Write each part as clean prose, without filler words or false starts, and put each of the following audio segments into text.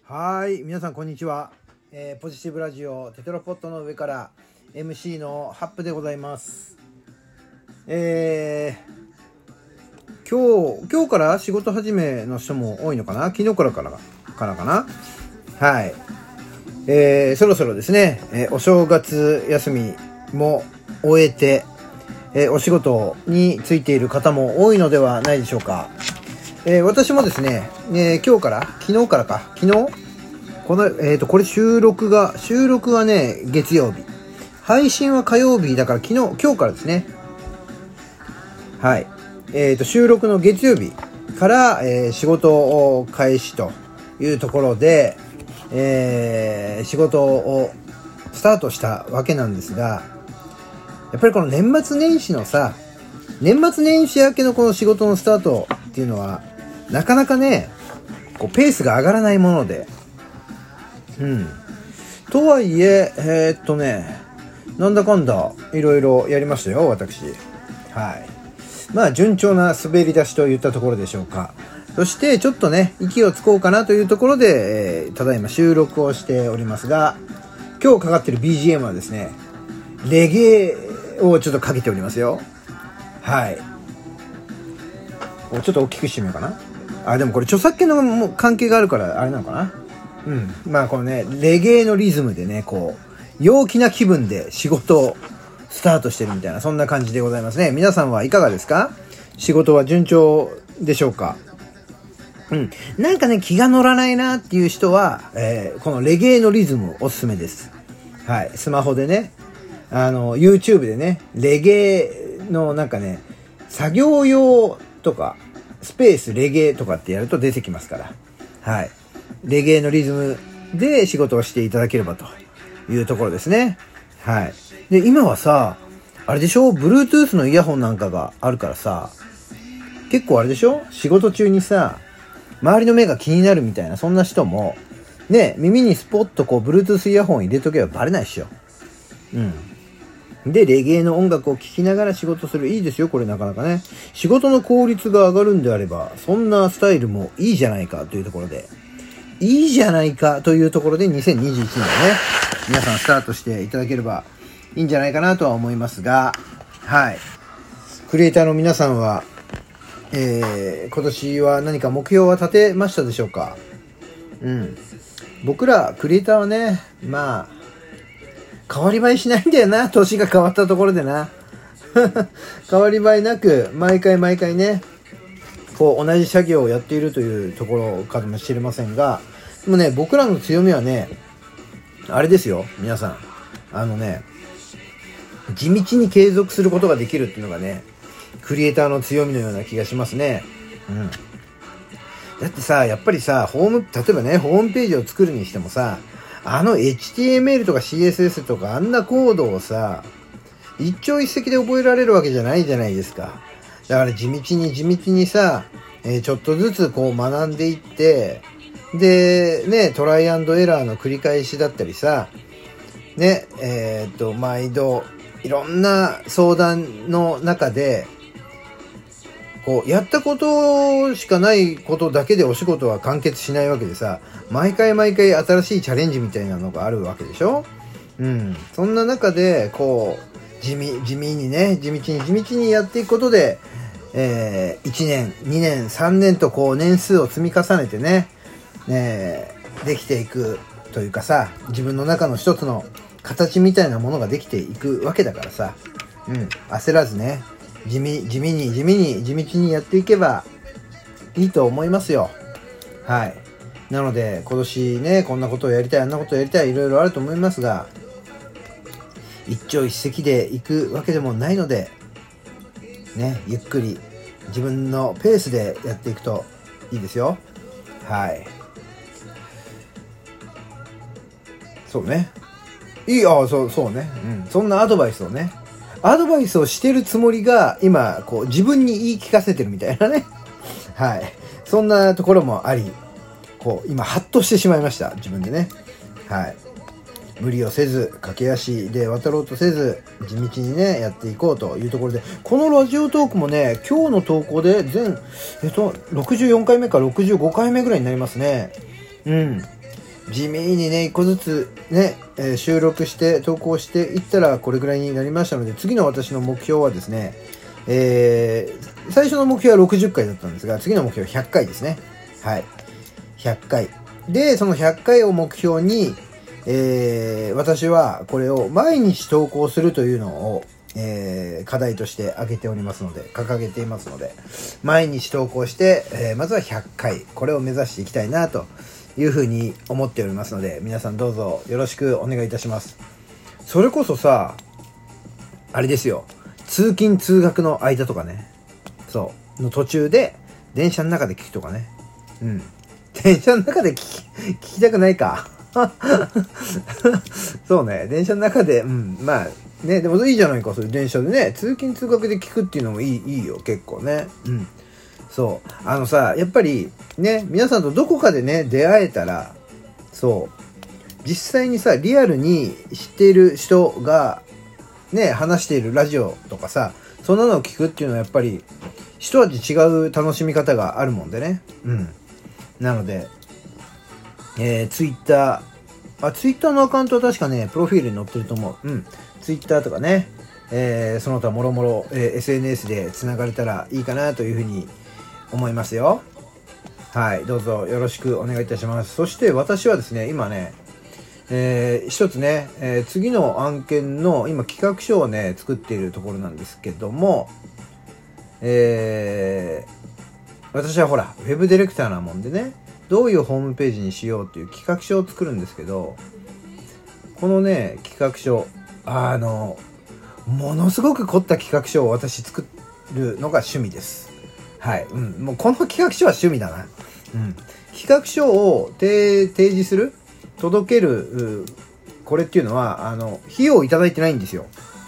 はい、皆さんこんにちは。ポジティブラジオテトラポットの上から MC のハップでございます。今日から仕事始めの人も多いのかな。昨日からかな。はい。そろそろですね、お正月休みも終えて、お仕事に就いている方も多いのではないでしょうか。私もですね、昨日これ収録はね、月曜日。配信は火曜日だから今日からですね。はい。収録の月曜日から、仕事を開始というところで、仕事をスタートしたわけなんですが、やっぱりこの年末年始明けのこの仕事のスタートっていうのは、なかなかね、ペースが上がらないもので、とはいえ、なんだかんだいろいろやりましたよ、私。はい。まあ順調な滑り出しといったところでしょうか。そしてちょっとね、息をつこうかなというところで、ただいま収録をしておりますが、今日かかってる BGM はですね、レゲエをちょっとかけておりますよ。はい。ちょっと大きくしてみようかな。でもこれ著作権の関係があるからあれなのかな。まあこのね、レゲエのリズムでね、陽気な気分で仕事をスタートしてるみたいな、そんな感じでございますね。皆さんはいかがですか？仕事は順調でしょうか？なんかね、気が乗らないなっていう人は、このレゲエのリズムおすすめです。はい。スマホでね、YouTube でね、レゲエのなんかね、作業用とか、スペースレゲエとかってやると出てきますから。はい。レゲエのリズムで仕事をしていただければというところですね。はい。で、今はさ、あれでしょ？ Bluetooth のイヤホンなんかがあるからさ、結構あれでしょ？仕事中にさ、周りの目が気になるみたいな、そんな人も、ね、耳にスポッとBluetooth イヤホン入れとけばバレないっしょ。で、レゲエの音楽を聴きながら仕事する。いいですよ、これなかなかね。仕事の効率が上がるんであれば、そんなスタイルもいいじゃないかというところで、2021年ね、皆さんスタートしていただければいいんじゃないかなとは思いますが、はい。クリエイターの皆さんは、今年は何か目標は立てましたでしょうか？僕らクリエイターはね、まあ、変わり映えしないんだよな、年が変わったところでな。変わり映えなく、毎回ね、同じ作業をやっているというところかもしれませんが、でもね、僕らの強みはね、あれですよ、皆さん。地道に継続することができるっていうのがね、クリエイターの強みのような気がしますね。だってさ、やっぱりさ、例えばね、ホームページを作るにしてもさ、HTML とか CSS とかあんなコードをさ、一朝一夕で覚えられるわけじゃないじゃないですか。だから地道にさ、ちょっとずつ学んでいって、で、ね、トライアンドエラーの繰り返しだったりさ、ね、毎度、いろんな相談の中で、やったことしかないことだけでお仕事は完結しないわけでさ、毎回新しいチャレンジみたいなのがあるわけでしょ？そんな中で、地道にやっていくことで、1年、2年、3年と年数を積み重ねてね、できていくというかさ、自分の中の一つの形みたいなものができていくわけだからさ、焦らずね、地道にやっていけばいいと思いますよ。はい。なので、今年ね、こんなことをやりたい、あんなことをやりたい、いろいろあると思いますが、一朝一夕で行くわけでもないので、ね、ゆっくり自分のペースでやっていくといいですよ。はい。そうね。そうね。そんなアドバイスをしてるつもりが、今、自分に言い聞かせてるみたいなね。はい。そんなところもあり、今、ハッとしてしまいました。自分でね。はい。無理をせず、駆け足で渡ろうとせず、地道にね、やっていこうというところで、このラジオトークもね、今日の投稿で64回目か65回目ぐらいになりますね。 地味にね、一個ずつね、収録して投稿していったらこれぐらいになりましたので、次の私の目標はですね、最初の目標は60回だったんですが、次の目標は100回ですね。はい。100回。で、その100回を目標に、私はこれを毎日投稿するというのを、課題として挙げておりますので、掲げていますので、毎日投稿して、まずは100回、これを目指していきたいなというふうに思っておりますので、皆さんどうぞよろしくお願いいたします。それこそさ、あれですよ、通勤通学の間とかね、そうの途中で電車の中で聞くとかね、電車の中で聞きたくないかそうね、電車の中で、まあね、でもいいじゃないか、それ電車でね、通勤通学で聞くっていうのもいいよ、結構ね。そう。さ、やっぱりね、皆さんとどこかでね、出会えたら、そう、実際にさ、リアルに知っている人が、ね、話しているラジオとかさ、そんなのを聞くっていうのはやっぱり、一味違う楽しみ方があるもんでね。なので、ツイッターのアカウントは確かね、プロフィールに載ってると思う。ツイッターとかね、その他もろもろ SNS でつながれたらいいかなというふうに思いますよ。はい、どうぞよろしくお願いいたします。そして私はですね、今ね、一つね、次の案件の今企画書をね作っているところなんですけども、私はほらウェブディレクターなもんでね、どういうホームページにしようっていう企画書を作るんですけど、このね企画書、ものすごく凝った企画書を私作るのが趣味です。はい、もうこの企画書は趣味だな。企画書を提示する、届ける、これっていうのは費用をいただいてないんですよ。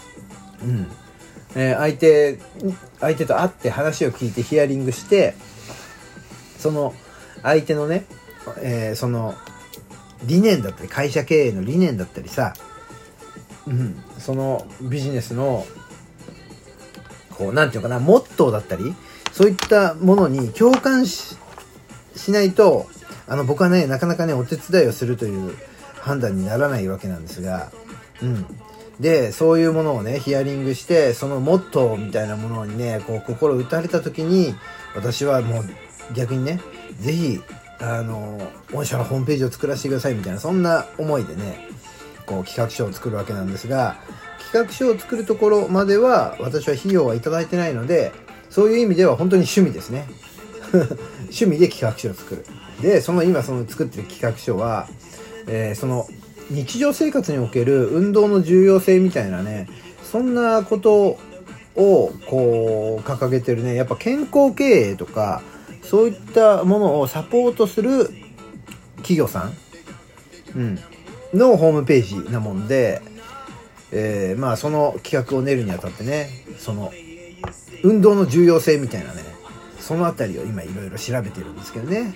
相手と会って話を聞いてヒアリングして、その相手のね、その理念だったり、会社経営の理念だったりさ、そのビジネスのこうなんていうのかな、モットーだったり、そういったものに共感しないと、僕はね、なかなかねお手伝いをするという判断にならないわけなんですが、でそういうものをねヒアリングして、そのモットーみたいなものにねこう心打たれた時に、私はもう逆にね、ぜひ御社のホームページを作らせてくださいみたいな、そんな思いでねこう企画書を作るわけなんですが、企画書を作るところまでは私は費用はいただいてないので、そういう意味では本当に趣味ですね趣味で企画書を作る。で今その作ってる企画書は、その日常生活における運動の重要性みたいなね、そんなことをこう掲げてるね、やっぱ健康経営とかそういったものをサポートする企業さん、のホームページなもんで、まあその企画を練るにあたってね、その運動の重要性みたいなね、そのあたりを今いろいろ調べてるんですけどね。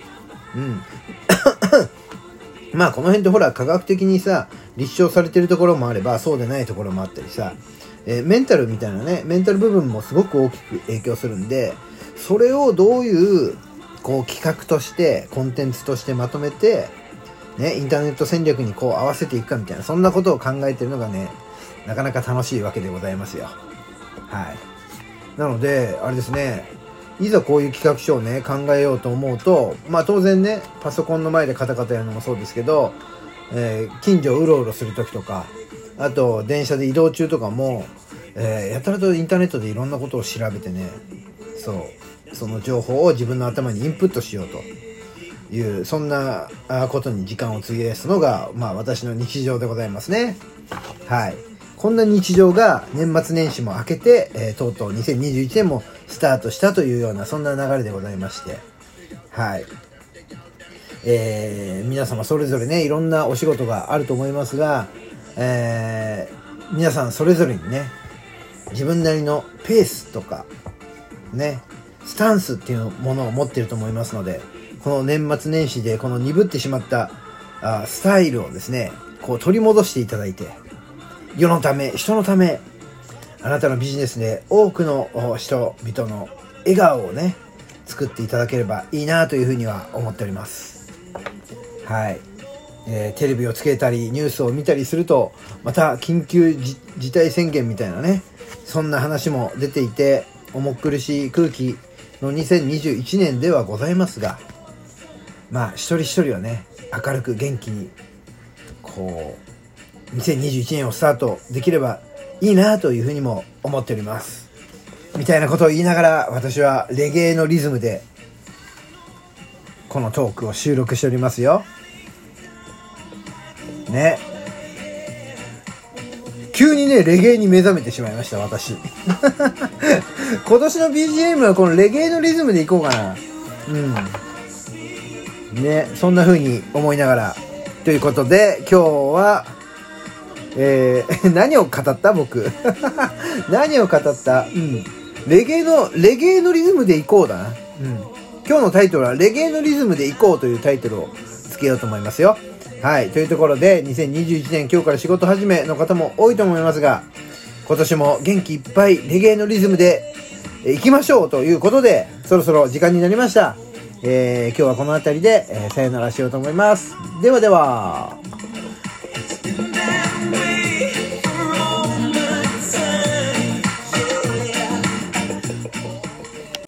まあこの辺ってほら科学的にさ立証されてるところもあれば、そうでないところもあったりさ、メンタルみたいなね、メンタル部分もすごく大きく影響するんで、それをどういうこう企画としてコンテンツとしてまとめてね、インターネット戦略にこう合わせていくかみたいな、そんなことを考えてるのがね、なかなか楽しいわけでございますよ。はい。なのであれですね、いざこういう企画書をね考えようと思うと、まあ当然ねパソコンの前でカタカタやるのもそうですけど、近所をうろうろする時とか、あと電車で移動中とかも、やたらとインターネットでいろんなことを調べてね、その情報を自分の頭にインプットしようという、そんなことに時間を費やすのが、まあ私の日常でございますね。はい。こんな日常が年末年始も明けて、とうとう2021年もスタートしたというような、そんな流れでございまして、はい。皆様それぞれねいろんなお仕事があると思いますが、皆さんそれぞれにね自分なりのペースとかねスタンスっていうものを持っていると思いますので、この年末年始でこの鈍ってしまったスタイルをですねこう取り戻していただいて、世のため人のため、あなたのビジネスで多くの人々の笑顔をね作っていただければいいなというふうには思っております。はい。 テレビをつけたりニュースを見たりすると、また緊急事態宣言みたいなね、そんな話も出ていて、重苦しい空気の2021年ではございますが、まあ一人一人はね、明るく元気にこう2021年をスタートできればいいなというふうにも思っておりますみたいなことを言いながら、私はレゲエのリズムでこのトークを収録しておりますよね。急にねレゲエに目覚めてしまいました私今年の BGM はこのレゲエのリズムでいこうかな。ね、そんな風に思いながらということで、今日は何を語った僕何を語った、レゲエのリズムでいこうだな。今日のタイトルはレゲエのリズムでいこうというタイトルをつけようと思いますよ。はい、というところで2021年今日から仕事始めの方も多いと思いますが、今年も元気いっぱいレゲエのリズムでいきましょうということで、そろそろ時間になりました。今日はこの辺りで、さよならしようと思います。ではでは。